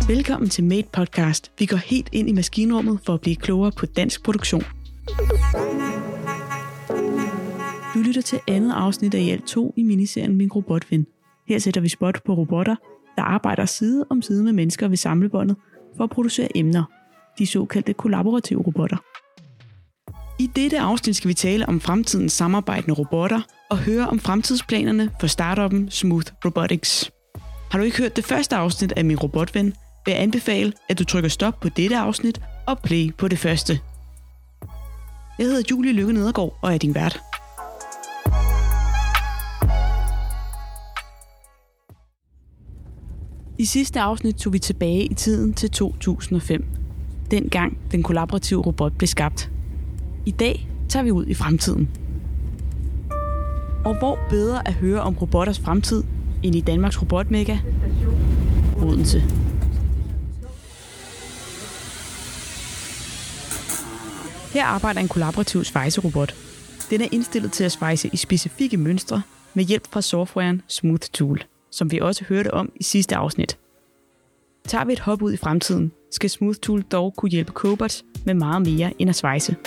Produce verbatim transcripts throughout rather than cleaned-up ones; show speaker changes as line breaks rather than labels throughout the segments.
Velkommen til Made Podcast. Vi går helt ind i maskinrummet for at blive klogere på dansk produktion. Du lytter til andet afsnit af i alt to i miniserien Min Robotven. Her sætter vi spot på robotter, der arbejder side om side med mennesker ved samlebåndet for at producere emner. De såkaldte kollaborative robotter. I dette afsnit skal vi tale om fremtidens samarbejdende robotter og høre om fremtidsplanerne for startuppen Smooth Robotics. Har du ikke hørt det første afsnit af Min Robotven, vil jeg anbefale, at du trykker stop på dette afsnit og play på det første. Jeg hedder Julie Lykke Nedergaard og er din vært. I sidste afsnit tog vi tilbage i tiden til to tusind og fem. Dengang den kollaborative robot blev skabt. I dag tager vi ud i fremtiden. Og hvor bedre at høre om robotters fremtid end i Danmarks robotmega, Odense. Her arbejder en kollaborativ svejserobot. Den er indstillet til at svejse i specifikke mønstre med hjælp fra softwaren Smooth Tool, som vi også hørte om i sidste afsnit. Tager vi et hop ud i fremtiden, skal Smooth Tool dog kunne hjælpe cobots med meget mere end at svejse.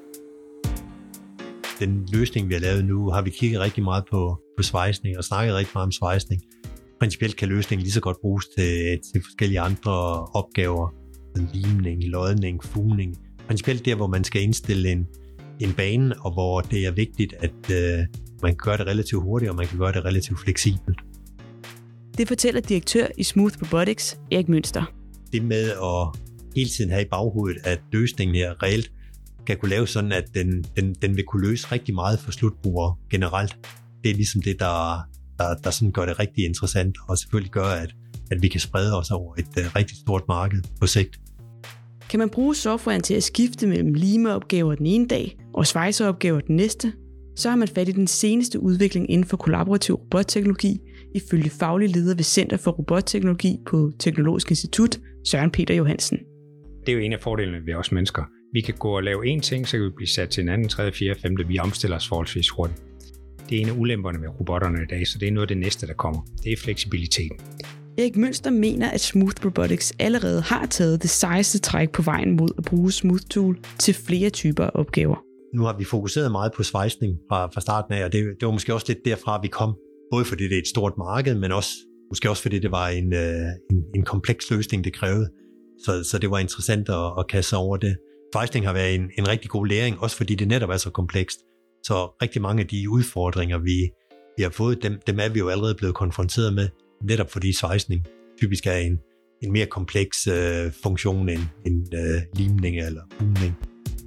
Den løsning, vi har lavet nu, har vi kigget rigtig meget på, på svejsning og snakket rigtig meget om svejsning. Principielt kan løsningen lige så godt bruges til, til forskellige andre opgaver. Limning, lodning, fugning. Principielt der, hvor man skal indstille en, en bane, og hvor det er vigtigt, at øh, man kan gøre det relativt hurtigt, og man kan gøre det relativt fleksibelt.
Det fortæller direktør i Smooth Robotics, Erik Münster.
Det med at hele tiden have i baghovedet, at løsningen her reelt kan kunne lave sådan, at den, den, den vil kunne løse rigtig meget for slutbrugere generelt. Det er ligesom det, der, der, der sådan gør det rigtig interessant, og selvfølgelig gør, at, at vi kan sprede os over et uh, rigtig stort marked på sigt.
Kan man bruge softwaren til at skifte mellem limeopgaver den ene dag og svejseopgaver den næste, så har man fat i den seneste udvikling inden for kollaborativ robotteknologi, ifølge faglig leder ved Center for Robotteknologi på Teknologisk Institut, Søren Peter Johansen.
Det er jo en af fordelene ved os mennesker. Vi kan gå og lave én ting, så kan vi blive sat til en anden, tredje, fjerde, femte. Vi omstiller os forholdsvis hurtigt. Det er en af ulemperne med robotterne i dag, så det er noget af det næste, der kommer. Det er fleksibiliteten.
Erik Münster mener, at Smooth Robotics allerede har taget det sejeste træk på vejen mod at bruge Smooth Tool til flere typer af opgaver.
Nu har vi fokuseret meget på svejsning fra, fra starten af, og det, det var måske også lidt derfra, vi kom. Både fordi det er et stort marked, men også, måske også fordi det var en, en, en kompleks løsning, det krævede. Så, så det var interessant at, at kaste sig over det. Svejsning har været en, en rigtig god læring, også fordi det netop er så komplekst. Så rigtig mange af de udfordringer, vi, vi har fået, dem, dem er vi jo allerede blevet konfronteret med, netop fordi svejsning typisk er en, en mere kompleks øh, funktion end, end øh, limning eller bugning.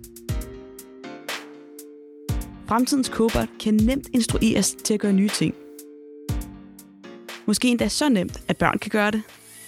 Fremtidens cobot kan nemt instrueres til at gøre nye ting. Måske endda så nemt, at børn kan gøre det.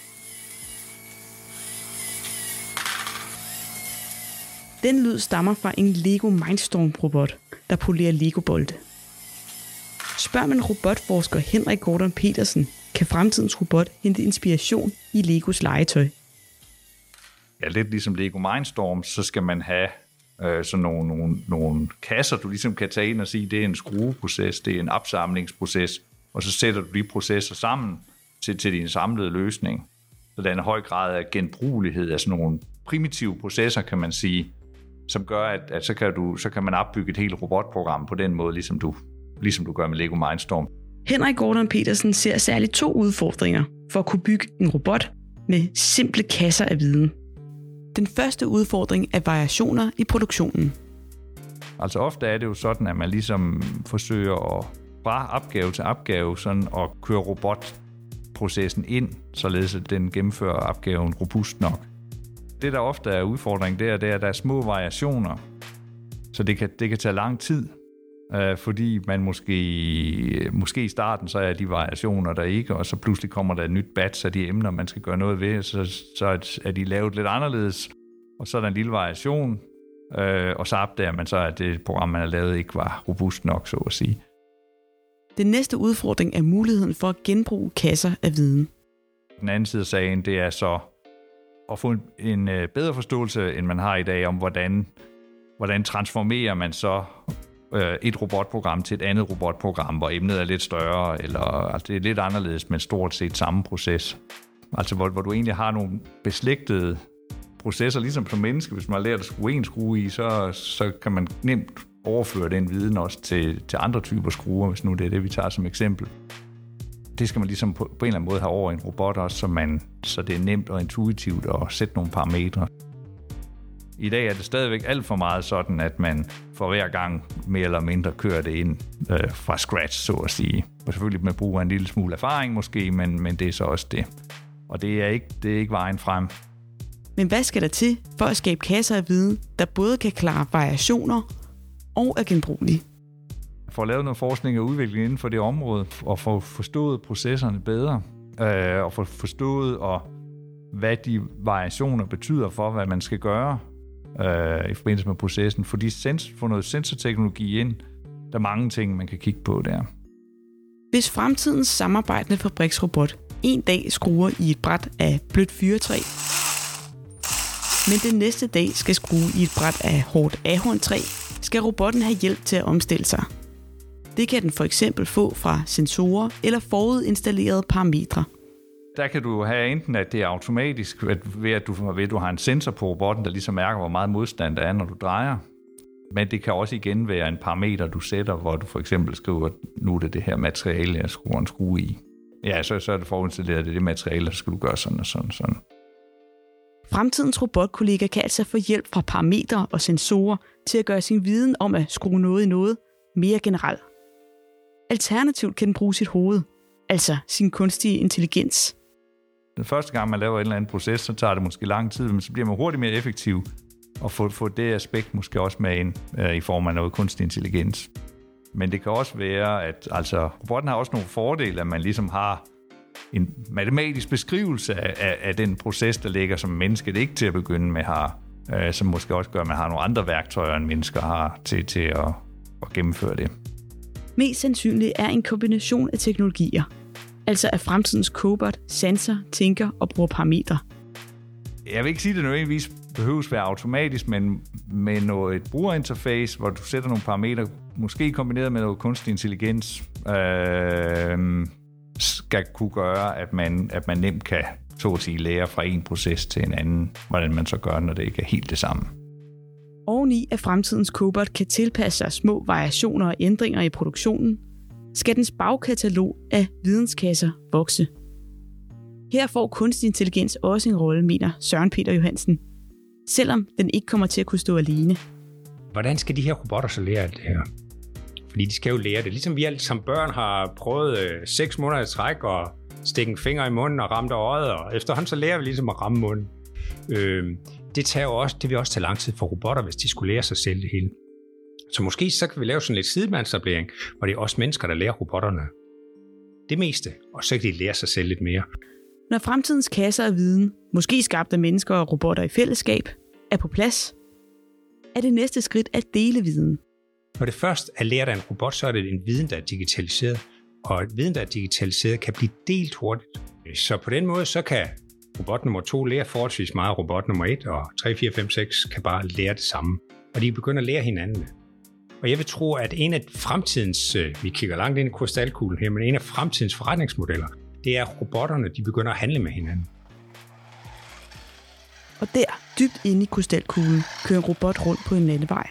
Den lyd stammer fra en Lego Mindstorm-robot, der polerer Lego-bolde. Spørg man robotforsker Henrik Gordon Petersen, kan fremtidens robot hente inspiration i Legos legetøj.
Ja, lidt ligesom Lego Mindstorm, så skal man have øh, sådan nogle, nogle, nogle kasser, du ligesom kan tage ind og sige, det er en skrueproces, det er en opsamlingsproces, og så sætter du de processer sammen til, til din samlede løsning. Så der er en høj grad af genbrugelighed af sådan nogle primitive processer, kan man sige, som gør, at, at så, kan du, så kan man opbygge et helt robotprogram på den måde, ligesom du, ligesom du gør med Lego Mindstorm.
Henrik Gordon Petersen ser særligt to udfordringer for at kunne bygge en robot med simple kasser af viden. Den første udfordring er variationer i produktionen.
Altså ofte er det jo sådan, at man ligesom forsøger at fra opgave til opgave sådan at køre robotprocessen ind, således at den gennemfører opgaven robust nok. Det, der ofte er udfordringen, det er, det er, at der er små variationer, så det kan, det kan tage lang tid, øh, fordi man måske, måske i starten, så er de variationer der ikke, og så pludselig kommer der et nyt batch af de emner, man skal gøre noget ved, så, så er de lavet lidt anderledes, og så er der en lille variation, øh, og så opdager man så, at det program, man har lavet, ikke var robust nok, så at sige.
Den næste udfordring er muligheden for at genbruge kasser af viden.
Den anden side af sagen, det er så at få en, en bedre forståelse, end man har i dag, om hvordan, hvordan transformerer man så øh, et robotprogram til et andet robotprogram, hvor emnet er lidt større, eller altså det er lidt anderledes, men stort set samme proces. Altså hvor, hvor du egentlig har nogle beslægtede processer, ligesom som menneske. Hvis man har lært at skrue en skrue i, så, så kan man nemt overføre den viden også til, til andre typer skruer, hvis nu det er det, vi tager som eksempel. Det skal man ligesom på, på en eller anden måde have over en robot også, så, man, så det er nemt og intuitivt at sætte nogle parametre. I dag er det stadigvæk alt for meget sådan, at man for hver gang mere eller mindre kører det ind øh, fra scratch, så at sige. Og selvfølgelig med brug af en lille smule erfaring måske, men, men det er så også det. Og det er, ikke, det er ikke vejen frem.
Men hvad skal der til for at skabe kasser af viden, der både kan klare variationer og er genbrugelig?
For at lave noget forskning og udvikling inden for det område, og få forstået processerne bedre, øh, og få forstået, og hvad de variationer betyder for, hvad man skal gøre øh, i forbindelse med processen. Fordi sens- få noget sensorteknologi ind, der er mange ting, man kan kigge på der.
Hvis fremtidens samarbejdende fabriksrobot en dag skruer i et bræt af blødt fyrretræ, men den næste dag skal skrue i et bræt af hårdt ahorntræ, skal robotten have hjælp til at omstille sig. Det kan den for eksempel få fra sensorer eller forudinstallerede parametre.
Der kan du have enten, at det er automatisk, ved at du, ved, at du har en sensor på robotten, der ligesom mærker, hvor meget modstand der er, når du drejer. Men det kan også igen være en parameter, du sætter, hvor du for eksempel skriver, nu er det det her materiale, jeg skruer en skrue i. Ja, så, så er det foruinstalleret, det er det materiale, så skal du gøre sådan og sådan og sådan.
Fremtidens robotkollega kan altså få hjælp fra parametre og sensorer til at gøre sin viden om at skrue noget i noget mere generel. Alternativt kan den bruge sit hoved, altså sin kunstige intelligens.
Den første gang, man laver en eller anden proces, så tager det måske lang tid, men så bliver man hurtigt mere effektiv og få, få det aspekt måske også med ind øh, i form af noget kunstig intelligens. Men det kan også være, at altså, robotten har også nogle fordele, at man ligesom har en matematisk beskrivelse af, af, af den proces, der ligger, som mennesket ikke til at begynde med har, øh, som måske også gør, at man har nogle andre værktøjer, end mennesker har til, til at, at gennemføre det.
Mest sandsynligt er en kombination af teknologier, altså at fremtidens cobot sanser, tænker og bruger parametre.
Jeg vil ikke sige, at det nødvendigvis behøves være automatisk, men med noget brugerinterface, hvor du sætter nogle parametre, måske kombineret med noget kunstig intelligens, øh, skal kunne gøre, at man, at man nemt kan så at sige, lære fra en proces til en anden, hvordan man så gør, når det ikke er helt det samme.
Oveni at fremtidens cobot kan tilpasse sig små variationer og ændringer i produktionen, skal dens bagkatalog af videnskasser vokse. Her får kunstig intelligens også en rolle, mener Søren Peter Johansen, selvom den ikke kommer til at kunne stå alene.
Hvordan skal de her robotter så lære alt det her? Fordi de skal jo lære det. Ligesom vi alle som børn har prøvet øh, seks måneder i træk og stikke en finger i munden og ramme øjet, og efterhånden så lærer vi ligesom at ramme munden. Øh, det, tager jo også, det vil også tage lang tid for robotter, hvis de skulle lære sig selv det hele. Så måske så kan vi lave sådan lidt sidemandsetablering, hvor det er også mennesker, der lærer robotterne det meste, og så kan de lære sig selv lidt mere.
Når fremtidens kasser af viden, måske skabt af mennesker og robotter i fællesskab, er på plads, er det næste skridt at dele viden.
Når det først er lært af en robot, så er det en viden, der er digitaliseret, og en viden, der er digitaliseret, kan blive delt hurtigt. Så på den måde, så kan robot nummer to lære forholdsvis meget, robot nummer et, og tre, fire, fem, seks kan bare lære det samme. Og de begynder at lære hinanden. Og jeg vil tro, at en af fremtidens, vi kigger langt ind i krystalkuglen her, men en af fremtidens forretningsmodeller, det er, at robotterne de begynder at handle med hinanden.
Og der, dybt inde i krystalkuglen, kører en robot rundt på en landevej.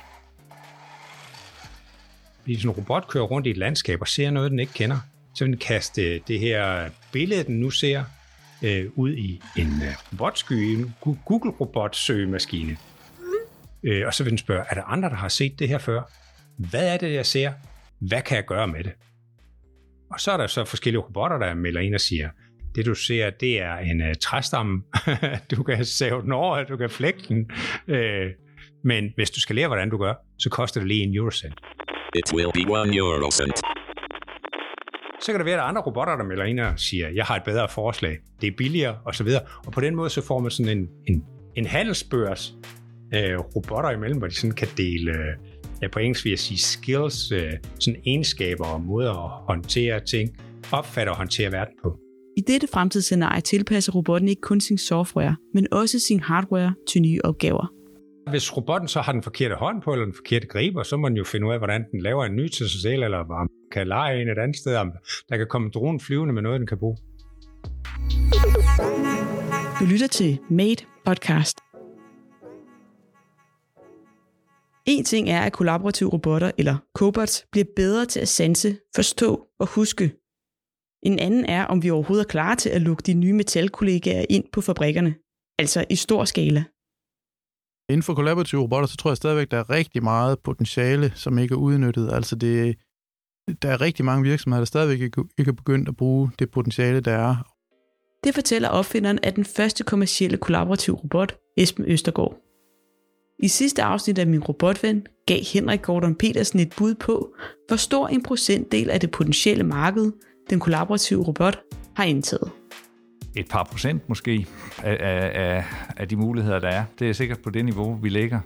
Hvis en robot kører rundt i et landskab og ser noget, den ikke kender, så vil den kaste det her billede, den nu ser, øh, ud i en øh, robotsky, en Google-robot-søgemaskine. Øh, og så vil den spørge, er der andre, der har set det her før? Hvad er det, jeg ser? Hvad kan jeg gøre med det? Og så er der så forskellige robotter, der melder ind og siger, det du ser, det er en uh, træstamme. Du kan save den over, du kan flække den. Uh, men hvis du skal lære, hvordan du gør, så koster det lige en eurocent.
It will be one eurocent.
Så kan der være, der andre robotter, der melder ind og siger, jeg har et bedre forslag, det er billigere osv. Og på den måde, så får man sådan en, en, en handelsbørs uh, robotter imellem, hvor de sådan kan dele, uh, ja, på engelsk vil jeg sige skills, uh, sådan egenskaber og måder at håndtere ting, opfatte og håndtere verden på.
I dette fremtidsscenarie tilpasser robotten ikke kun sin software, men også sin hardware til nye opgaver.
Hvis robotten så har den forkerte hånd på, eller den forkerte griber, så må den jo finde ud af, hvordan den laver en ny til sig selv, eller om kan lege en et andet sted, om der kan komme en drone flyvende med noget, den kan bruge.
Du lytter til Made Podcast. En ting er, at kollaborative robotter, eller cobots, bliver bedre til at sanse, forstå og huske. En anden er, om vi overhovedet er klar til at lukke de nye metalkollegaer ind på fabrikkerne, altså i stor skala.
Inden for kollaborative robotter, så tror jeg stadigvæk, der er rigtig meget potentiale, som ikke er udnyttet. Altså det, der er rigtig mange virksomheder, der stadigvæk ikke, ikke er begyndt at bruge det potentiale, der er.
Det fortæller opfinderen af den første kommercielle kollaborative robot, Esben Østergaard. I sidste afsnit af Min Robotven gav Henrik Gordon Petersen et bud på, hvor stor en procentdel af det potentielle marked, den kollaborative robot, har indtaget.
Et par procent måske af, af, af de muligheder, der er. Det er sikkert på det niveau, vi ligger.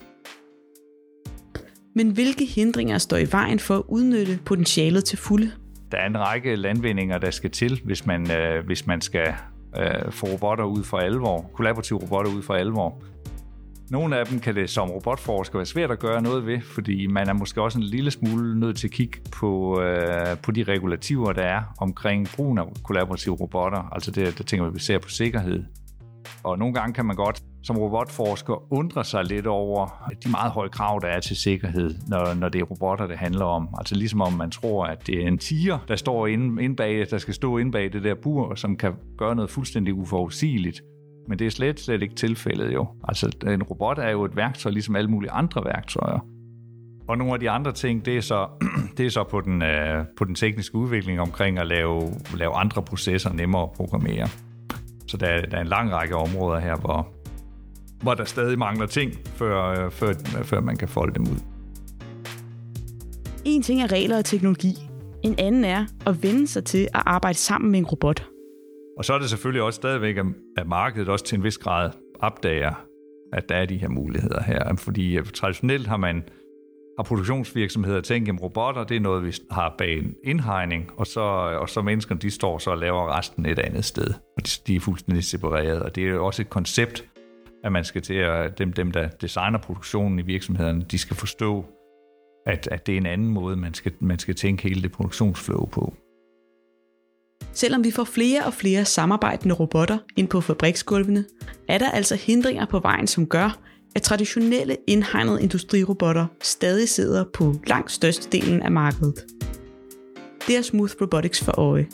Men hvilke hindringer står i vejen for at udnytte potentialet til fulde?
Der er en række landvindinger, der skal til, hvis man, øh, hvis man skal øh, få robotter ud for alvor, kollaborative robotter ud for alvor. Nogle af dem kan det som robotforsker være svært at gøre noget ved, fordi man er måske også en lille smule nødt til at kigge på, øh, på de regulativer, der er omkring brugen af kollaborative robotter. Altså det, der tænker vi ser på sikkerhed. Og nogle gange kan man godt som robotforsker undre sig lidt over de meget høje krav, der er til sikkerhed, når, når det er robotter, det handler om. Altså ligesom om man tror, at det er en tiger, der står inde, inde bag, der skal stå inde bag det der bur, som kan gøre noget fuldstændig uforudsigeligt. Men det er slet, slet ikke tilfældet jo. Altså en robot er jo et værktøj, ligesom alle mulige andre værktøjer. Og nogle af de andre ting, det er så, det er så på, den, øh, på den tekniske udvikling omkring at lave, lave andre processer nemmere at programmere. Så der, der er en lang række områder her, hvor, hvor der stadig mangler ting, før, øh, før, før man kan folde dem ud.
En ting er regler og teknologi. En anden er at vende sig til at arbejde sammen med en robot.
Og så er det selvfølgelig også stadigvæk, at markedet også til en vis grad opdager, at der er de her muligheder her. Fordi traditionelt har man har produktionsvirksomheder tænkt, at robotter, det er noget, vi har bag en indhegning, og så, og så menneskerne, de står så og laver resten et andet sted. Og de er fuldstændig separeret, og det er jo også et koncept, at man skal til at, dem, dem der designer produktionen i virksomhederne, de skal forstå, at, at det er en anden måde, man skal, man skal tænke hele det produktionsflow på.
Selvom vi får flere og flere samarbejdende robotter ind på fabriksgulvene, er der altså hindringer på vejen, som gør, at traditionelle indhegnede industrirobotter stadig sidder på langt størstedelen af markedet. Det er Smooth Robotics for øje.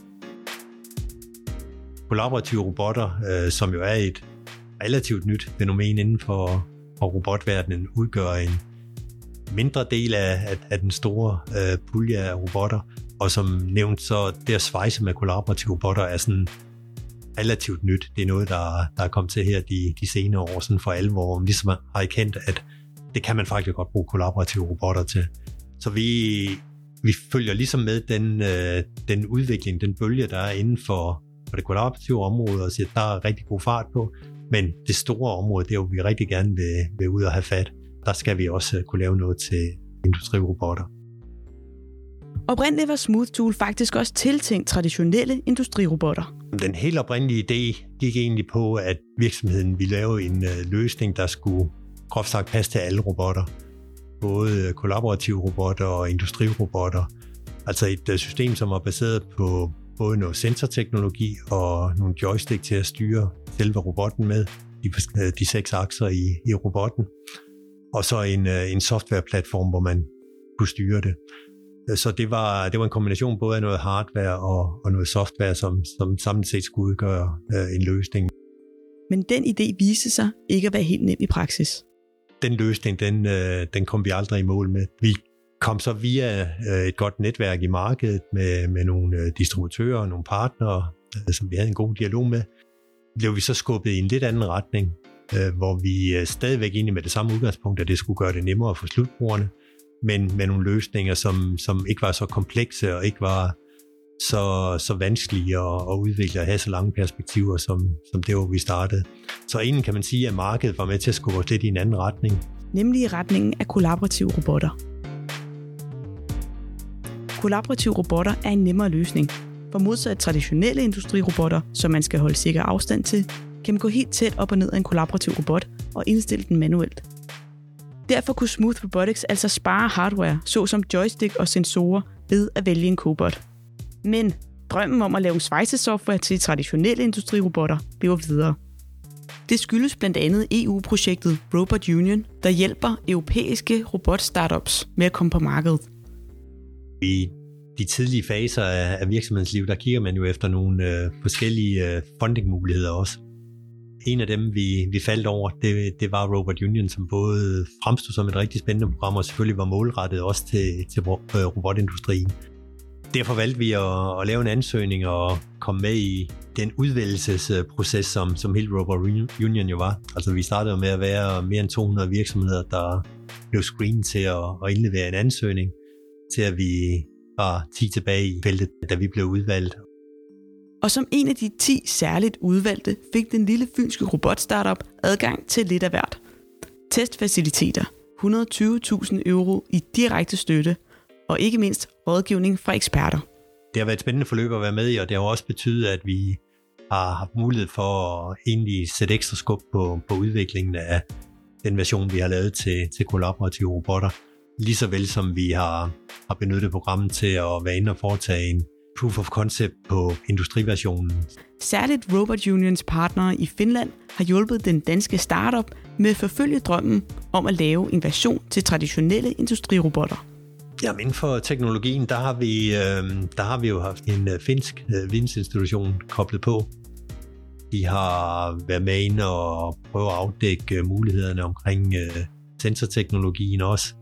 Kollaborative robotter, øh, som jo er et relativt nyt fænomen inden for, for robotverdenen, udgør en mindre del af, af, af den store øh, pulje af robotter. Og som nævnt, så det at svejse med kollaborative robotter er sådan relativt nyt. Det er noget, der, der er kommet til her de, de senere år sådan for alvor, hvor man ligesom har erkendt, at det kan man faktisk godt bruge kollaborative robotter til. Så vi, vi følger ligesom med den, øh, den udvikling, den bølge, der er inden for, for det kollaborative område, og siger, at der er rigtig god fart på. Men det store område, det er jo, vi rigtig gerne vil, vil ud og have fat. Der skal vi også kunne lave noget til industrirobotter.
Oprindeligt var Smooth Tool faktisk også tiltænkt traditionelle industrirobotter.
Den helt oprindelige idé gik egentlig på, at virksomheden ville lave en uh, løsning, der skulle groft sagt passe til alle robotter. Både kollaborative robotter og industrirobotter. Altså et uh, system, som var baseret på både noget sensorteknologi og nogle joystick til at styre selve robotten med, de, uh, de seks akser i, i robotten. Og så en, uh, en softwareplatform, hvor man kunne styre det. Så det var, det var en kombination både af noget hardware og, og noget software, som, som samlet set skulle udgøre øh, en løsning.
Men den idé viste sig ikke at være helt nem i praksis.
Den løsning, den, øh, den kom vi aldrig i mål med. Vi kom så via øh, et godt netværk i markedet med, med nogle øh, distributører og nogle partnere, øh, som vi havde en god dialog med. Blev vi så skubbet i en lidt anden retning, øh, hvor vi øh, stadigvæk egentlig med det samme udgangspunkt, at det skulle gøre det nemmere for slutbrugerne, men med nogle løsninger, som, som ikke var så komplekse og ikke var så, så vanskelige at, at udvikle og have så lange perspektiver, som, som det var, vi startede. Så inden kan man sige, at markedet var med til at skubbe os lidt i en anden retning.
Nemlig i retningen af kollaborative robotter. Kollaborative robotter er en nemmere løsning, for modsat traditionelle industrirobotter, som man skal holde sikker afstand til, kan man gå helt tæt op og ned af en kollaborativ robot og indstille den manuelt. Derfor kunne Smooth Robotics altså spare hardware, såsom joystick og sensorer, ved at vælge en cobot. Men Drømmen om at lave svejsesoftware til traditionelle industrirobotter lever videre. Det skyldes blandt andet E U-projektet Robot Union, der hjælper europæiske robot-startups med at komme på markedet.
I de tidlige faser af virksomhedens liv, der kigger man jo efter nogle øh, forskellige øh, fundingmuligheder også. En af dem, vi, vi faldt over, det, det var Robot Union, som både fremstod som et rigtig spændende program, og selvfølgelig var målrettet også til, til robotindustrien. Derfor valgte vi at, at lave en ansøgning og komme med i den udvælgelsesproces, som, som hele Robot Union jo var. Altså vi startede med at være mere end to hundrede virksomheder, der blev screenet til at, at indlevere en ansøgning, til at vi var ti tilbage i feltet, da vi blev udvalgt.
Og som en af de ti særligt udvalgte, fik den lille fynske robotstartup adgang til lidt af hvert. Testfaciliteter, et hundrede og tyve tusind euro i direkte støtte, og ikke mindst rådgivning fra eksperter.
Det har været et spændende forløb at være med i, og det har også betydet, at vi har haft mulighed for at egentlig sætte ekstra skub på, på udviklingen af den version, vi har lavet til, til kollaborative robotter. Lige så vel som vi har, har benyttet programmet til at være inde og foretage en proof of concept på industriversionen.
Særligt Robot Unions partnere i Finland har hjulpet den danske startup med at forfølge drømmen om at lave en version til traditionelle industrirobotter.
Jamen, inden for teknologien, der har vi, øh, der har vi jo haft en øh, finsk øh, vidensinstitution koblet på. De har været med inde og prøve at afdække øh, mulighederne omkring øh, sensorteknologien også.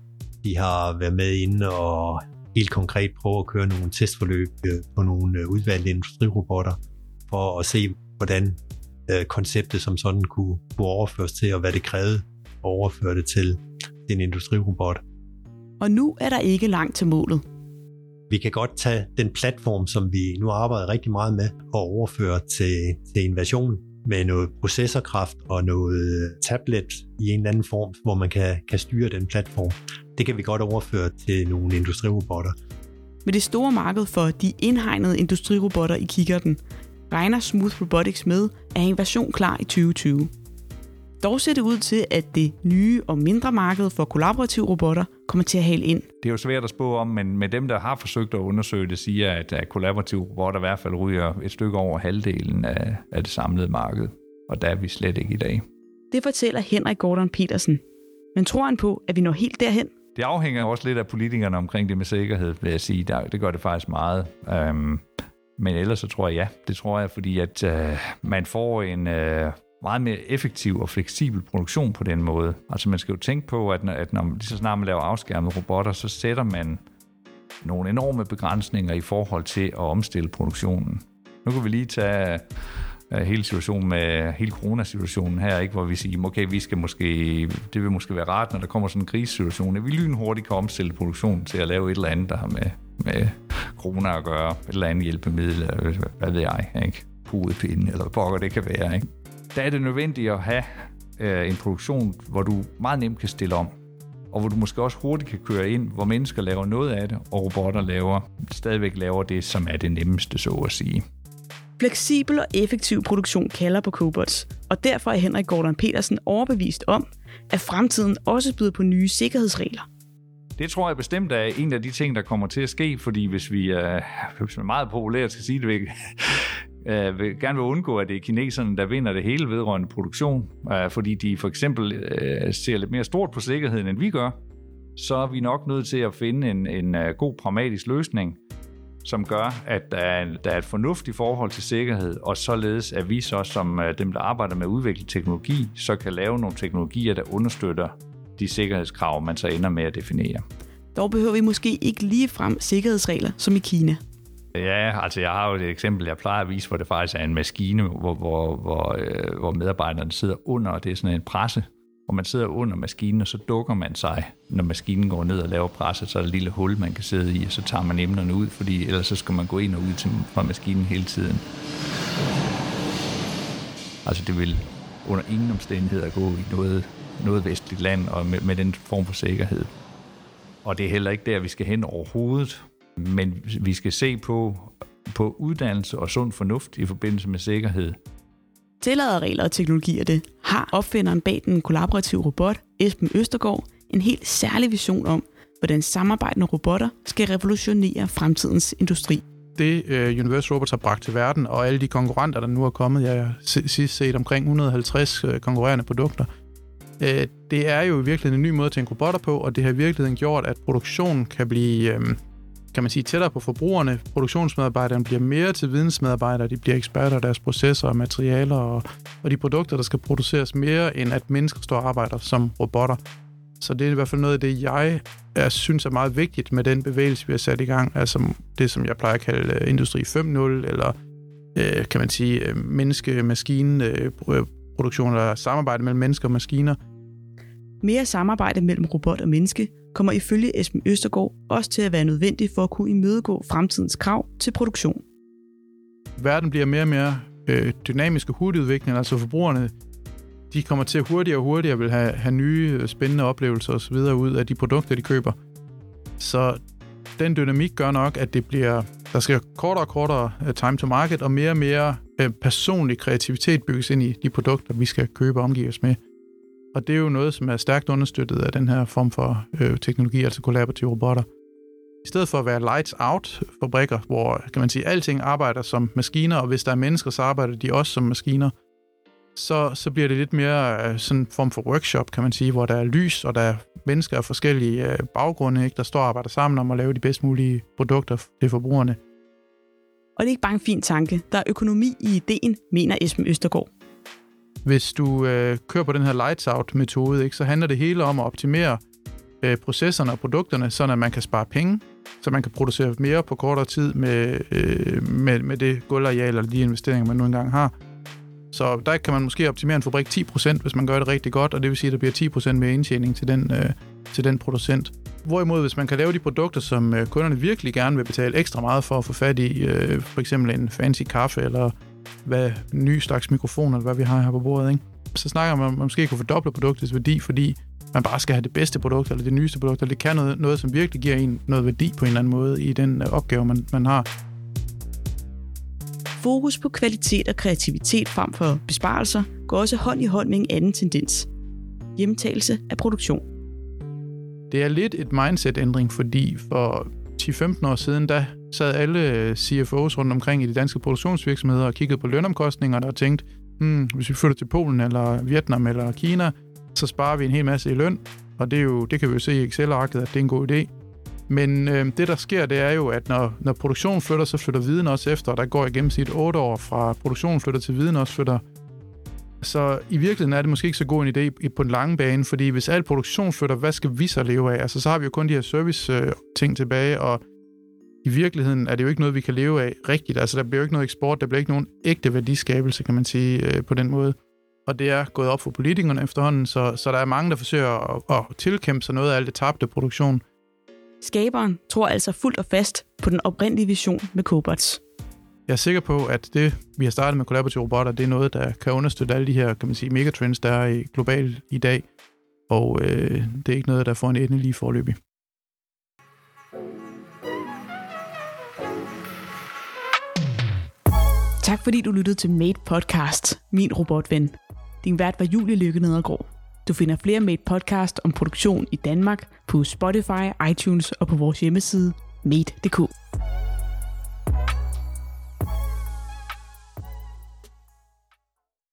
De har været med inde og helt konkret prøve at køre nogle testforløb øh, på nogle øh, udvalgte industrirobotter, for at se, hvordan øh, konceptet som sådan kunne, kunne overføres til, og hvad det krævede at overføre det til en industrirobot.
Og nu er der ikke langt til målet.
Vi kan godt tage den platform, som vi nu arbejder rigtig meget med, og overføre til, til en version med noget processorkraft og noget tablet i en eller anden form, hvor man kan, kan styre den platform. Det kan vi godt overføre til nogle industrirobotter.
Med det store marked for de indhegnede industrirobotter i kikkerten, regner Smooth Robotics med at have en version klar i tyve tyve. Dog ser det ud til, at det nye og mindre marked for kollaborative robotter kommer til at hale ind.
Det er jo svært at spå om, men med dem, der har forsøgt at undersøge det, siger, at, at kollaborative robotter i hvert fald ryger et stykke over halvdelen af, af det samlede marked. Og der er vi slet ikke i dag.
Det fortæller Henrik Gordon Petersen. Men tror han på, at vi når helt derhen?
Det afhænger også lidt af politikerne omkring det med sikkerhed, vil jeg sige. Det gør det faktisk meget. Um, men ellers så tror jeg ja. Det tror jeg, fordi at uh, man får en... Uh, meget mere effektiv og fleksibel produktion på den måde. Altså man skal jo tænke på, at når, at når lige så snart man laver afskærmede robotter, så sætter man nogle enorme begrænsninger i forhold til at omstille produktionen. Nu kan vi lige tage uh, hele situationen med hele coronasituationen her, ikke, hvor vi siger, okay, vi skal måske, det vil måske være rart, når der kommer sådan en krisesituation, at vi lynhurtigt kan omstille produktionen til at lave et eller andet, der har med, med corona at gøre, et eller andet hjælpemiddel, hvad ved jeg, ikke? Pudepinde, eller hvad pokker det kan være, ikke? Der er det nødvendigt at have øh, en produktion, hvor du meget nemt kan stille om, og hvor du måske også hurtigt kan køre ind, hvor mennesker laver noget af det, og robotter laver, stadigvæk laver det, som er det nemmeste, så at sige.
Fleksibel og effektiv produktion kalder på cobots, og derfor er Henrik Gordon Petersen overbevist om, at fremtiden også byder på nye sikkerhedsregler.
Det tror jeg bestemt er en af de ting, der kommer til at ske, fordi hvis vi er, hvis vi er meget populært skal sige det, vil, øh, vil gerne vil undgå, at det er kineserne, der vinder det hele vedrørende produktion, øh, fordi de for eksempel øh, ser lidt mere stort på sikkerheden, end vi gør, så er vi nok nødt til at finde en, en uh, god pragmatisk løsning, som gør, at der er, der er et fornuftigt forhold til sikkerhed, og således at vi så som uh, dem, der arbejder med at udvikle teknologi, så kan lave nogle teknologier, der understøtter de sikkerhedskrav, man så ender med at definere.
Dog behøver vi måske ikke ligefrem sikkerhedsregler som i Kina.
Ja, altså jeg har jo et eksempel, jeg plejer at vise, hvor det faktisk er en maskine, hvor, hvor, hvor, øh, hvor medarbejderne sidder under, og det er sådan en presse, hvor man sidder under maskinen, og så dukker man sig, når maskinen går ned og laver presset, så er der et lille hul, man kan sidde i, og så tager man emnerne ud, fordi ellers så skal man gå ind og ud til, fra maskinen hele tiden. Altså det vil under ingen omstændigheder gå i noget, noget vestligt land, og med, med den form for sikkerhed. Og det er heller ikke der, vi skal hen overhovedet, men vi skal se på, på uddannelse og sund fornuft i forbindelse med sikkerhed.
Tilladerregler og teknologier det har opfinderen bag den kollaborative robot, Esben Østergaard, en helt særlig vision om, hvordan samarbejdende robotter skal revolutionere fremtidens industri.
det uh, Universe Robots har bragt til verden, og alle de konkurrenter, der nu er kommet, jeg har sidst set omkring et hundrede og halvtreds uh, konkurrerende produkter, uh, det er jo i virkeligheden en ny måde at tænke robotter på, og det har i virkeligheden gjort, at produktionen kan blive, um, kan man sige, tættere på forbrugerne. Produktionsmedarbejderne bliver mere til vidensmedarbejdere, de bliver eksperter af deres processer og materialer, og, og de produkter, der skal produceres mere, end at mennesker står og arbejder som robotter. Så det er i hvert fald noget af det, jeg er, synes er meget vigtigt med den bevægelse, vi har sat i gang. Altså det, som jeg plejer at kalde Industri fem nul, eller øh, kan man sige menneske-maskine-produktion, eller samarbejde mellem mennesker og maskiner.
Mere samarbejde mellem robot og menneske kommer ifølge Esben Østergaard også til at være nødvendigt for at kunne imødegå fremtidens krav til produktion.
Verden bliver mere og mere øh, dynamisk og hurtig udvikling, altså forbrugerne de kommer til hurtigere og hurtigere vil have, have nye spændende oplevelser osv. ud af de produkter, de køber. Så den dynamik gør nok, at det bliver, der skal kortere og kortere time to market, og mere og mere personlig kreativitet bygges ind i de produkter, vi skal købe og omgive os med. Og det er jo noget, som er stærkt understøttet af den her form for øh, teknologi, altså kollaborative robotter. I stedet for at være lights-out-fabrikker, hvor kan man sige, alting arbejder som maskiner, og hvis der er mennesker, så arbejder de også som maskiner, så, så bliver det lidt mere sådan en form for workshop, kan man sige, hvor der er lys, og der er mennesker af forskellige baggrunde, ikke, der står og arbejder sammen om at lave de bedst mulige produkter til forbrugerne.
Og det er ikke bare en fin tanke. Der er økonomi i ideen, mener Esben Østergaard.
Hvis du øh, kører på den her lights-out-metode, ikke, så handler det hele om at optimere øh, processerne og produkterne, så man kan spare penge, så man kan producere mere på kortere tid med, øh, med, med det gulvareal eller de investeringer, man nu engang har. Så der kan man måske optimere en fabrik ti procent, hvis man gør det rigtig godt, og det vil sige, at der bliver ti procent mere indtjening til den, øh, til den producent. Hvorimod, hvis man kan lave de produkter, som øh, kunderne virkelig gerne vil betale ekstra meget for at få fat i, øh, for eksempel en fancy kaffe, eller hvad ny slags mikrofon, eller hvad vi har her på bordet, ikke? Så snakker man, at man måske kunne fordoble produktets værdi, fordi man bare skal have det bedste produkt, eller det nyeste produkt, eller det kan noget, noget som virkelig giver en noget værdi på en eller anden måde i den øh, opgave, man, man har.
Fokus på kvalitet og kreativitet frem for besparelser går også hånd i hånd med en anden tendens. Hjemtagelse af produktion.
Det er lidt et mindset-ændring, fordi for ti til femten år siden, der sad alle C F O's rundt omkring i de danske produktionsvirksomheder og kiggede på lønomkostningerne og tænkte, hmm, hvis vi flytter til Polen eller Vietnam eller Kina, så sparer vi en hel masse i løn, og det, er jo, det kan vi jo se i Excel-arket, at det er en god idé. Men øh, det, der sker, det er jo, at når, når produktionen flytter, så flytter viden også efter, og der går i gennemsnit otte år fra produktionen flytter til viden også flytter. Så i virkeligheden er det måske ikke så god en idé på den lange bane, fordi hvis al produktion flytter, hvad skal vi så leve af? Altså, så har vi jo kun de her service-ting tilbage, og i virkeligheden er det jo ikke noget, vi kan leve af rigtigt. Altså, der bliver jo ikke noget eksport, der bliver ikke nogen ægte værdiskabelse, kan man sige, øh, på den måde. Og det er gået op for politikerne efterhånden, så, så der er mange, der forsøger at, at tilkæmpe sig noget af alt det tabte produktion.
Skaberen tror altså fuldt og fast på den oprindelige vision med cobots.
Jeg er sikker på, at det, vi har startet med kollaborative robotter, det er noget, der kan understøtte alle de her, kan man sige, megatrends, der er i globalt i dag. Og øh, det er ikke noget, der får en endelig forløbig.
Tak fordi du lyttede til Made Podcast, min robotven. Din vært var Julie Lykke Nedergaard. Du finder flere Made Podcast om produktion i Danmark på Spotify, iTunes og på vores hjemmeside made punktum d k.